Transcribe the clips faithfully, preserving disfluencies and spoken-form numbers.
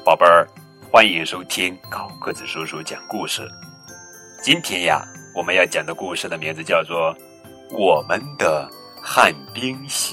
宝贝儿，欢迎收听高个子叔叔讲故事。今天呀，我们要讲的故事的名字叫做《我们的旱冰鞋》。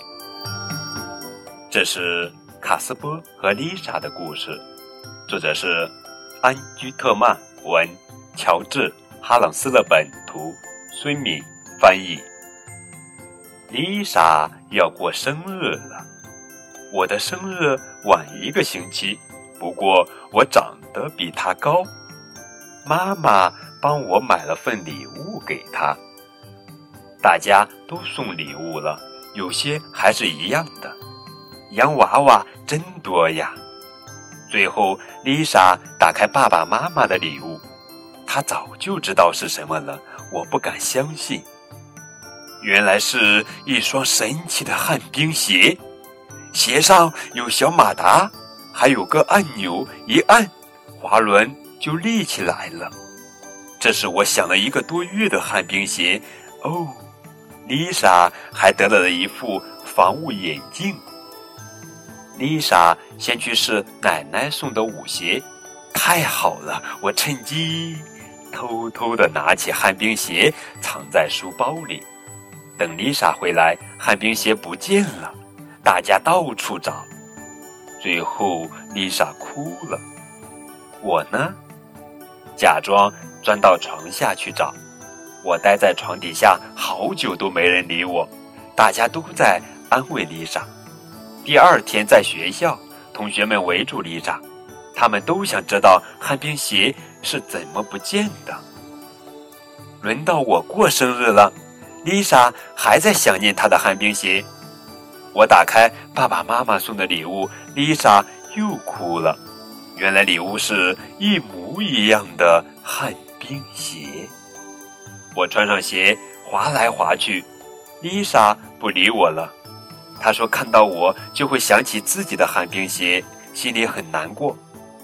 这是卡斯波和丽莎的故事，作者是安居特曼文，乔治·哈朗斯勒本图，孙敏翻译。丽莎要过生日了，我的生日晚一个星期，不过我长得比她高。妈妈帮我买了份礼物给她。大家都送礼物了，有些还是一样的。洋娃娃真多呀！最后，丽莎打开爸爸妈妈的礼物，她早就知道是什么了，我不敢相信。原来是一双神奇的旱冰鞋，鞋上有小马达，还有个按钮，一按，滑轮就立起来了。这是我想了一个多月的旱冰鞋哦。丽莎还得了一副防雾眼镜。丽莎先去试奶奶送的舞鞋，太好了，我趁机偷偷地拿起旱冰鞋藏在书包里。等丽莎回来，旱冰鞋不见了，大家到处找，最后丽莎哭了。我呢，假装钻到床下去找。我待在床底下好久都没人理我，大家都在安慰丽莎。第二天在学校，同学们围住丽莎，他们都想知道旱冰鞋是怎么不见的。轮到我过生日了，丽莎还在想念她的旱冰鞋。我打开爸爸妈妈送的礼物，丽莎又哭了。原来礼物是一模一样的旱冰鞋。我穿上鞋滑来滑去，丽莎不理我了。她说看到我就会想起自己的旱冰鞋，心里很难过。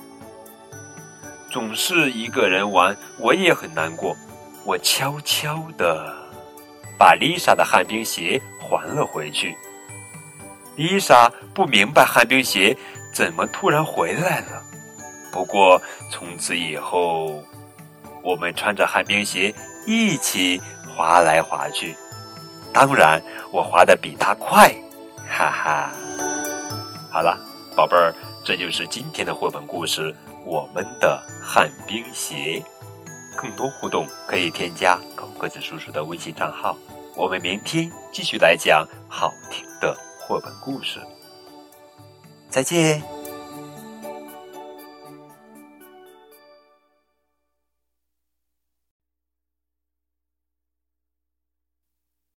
总是一个人玩，我也很难过。我悄悄地把丽莎的旱冰鞋还了回去。丽莎不明白旱冰鞋怎么突然回来了。不过从此以后，我们穿着旱冰鞋一起滑来滑去。当然，我滑得比她快，哈哈。好了，宝贝儿，这就是今天的绘本故事《我们的旱冰鞋》。更多互动可以添加高个子叔叔的微信账号。我们明天继续来讲好听的绘本故事。再见。